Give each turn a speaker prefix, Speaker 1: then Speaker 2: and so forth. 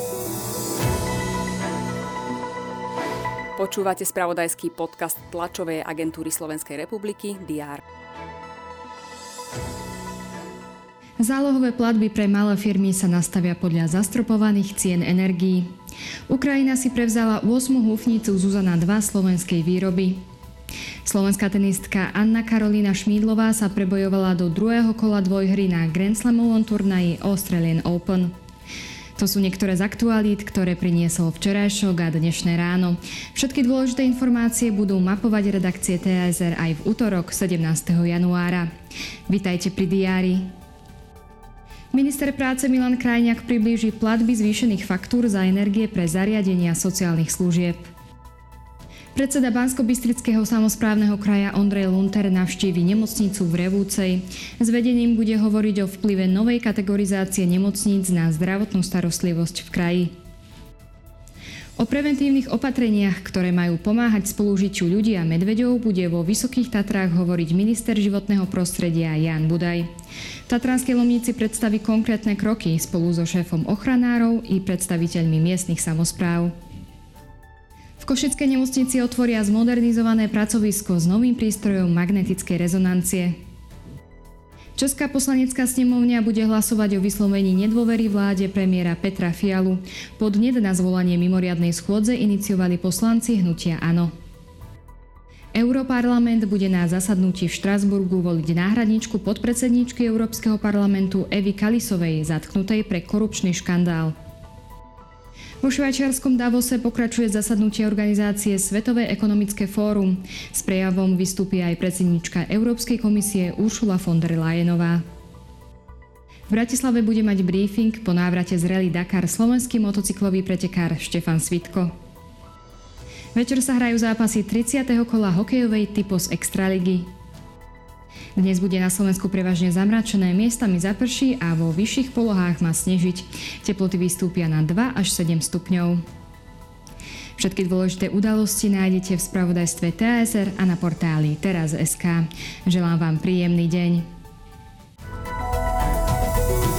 Speaker 1: Počúvate spravodajský podcast tlačovej agentúry Slovenskej republiky DR.
Speaker 2: Zálohové platby pre malé firmy sa nastavia podľa zastropovaných cien energií. Ukrajina si prevzala 8. húfnicu Zuzana 2 slovenskej výroby. Slovenská tenistka Anna Karolína Šmídlová sa prebojovala do druhého kola dvojhry na Grand Slamovom turnaji Australian Open. To sú niektoré z aktualít, ktoré priniesol včerajšok a dnešné ráno. Všetky dôležité informácie budú mapovať redakcie TASR aj v utorok 17. januára. Vitajte pri diári. Minister práce Milan Krajniak priblíži platby zvýšených faktúr za energie pre zariadenia sociálnych služieb. Predseda Banskobystrického samosprávneho kraja Ondrej Lunter navštívi nemocnicu v Revúcej. S vedením bude hovoriť o vplyve novej kategorizácie nemocníc na zdravotnú starostlivosť v kraji. O preventívnych opatreniach, ktoré majú pomáhať spolužitiu ľudí a medveďov, bude vo Vysokých Tatrách hovoriť minister životného prostredia Ján Budaj. V Tatranskej Lomnici predstaví konkrétne kroky spolu so šéfom ochranárov i predstaviteľmi miestnych samospráv. V Košickej nemocnici otvoria zmodernizované pracovisko s novým prístrojom magnetickej rezonancie. Česká poslanecká snemovňa bude hlasovať o vyslovení nedôvery vláde premiéra Petra Fialu. Podnet na zvolanie mimoriadnej schôdze iniciovali poslanci hnutia ANO. Europarlament bude na zasadnutí v Štrasburgu voliť náhradničku podpredsedníčky Európskeho parlamentu Evy Kalisovej, zatknutej pre korupčný škandál. Vo švajčiarskom Davose pokračuje zasadnutie organizácie Svetové ekonomické fórum. S prejavom vystúpi aj predsedníčka Európskej komisie Ursula von der Leyenová. V Bratislave bude mať briefing po návrate z Rally Dakar slovenský motocyklový pretekár Štefan Svitko. Večer sa hrajú zápasy 30. kola hokejovej Typos Extraligy. Dnes bude na Slovensku prevažne zamračené, miestami zaprší a vo vyšších polohách má snežiť. Teploty vystúpia na 2 až 7 stupňov. Všetky dôležité udalosti nájdete v spravodajstve TASR a na portáli teraz.sk. Želám vám príjemný deň.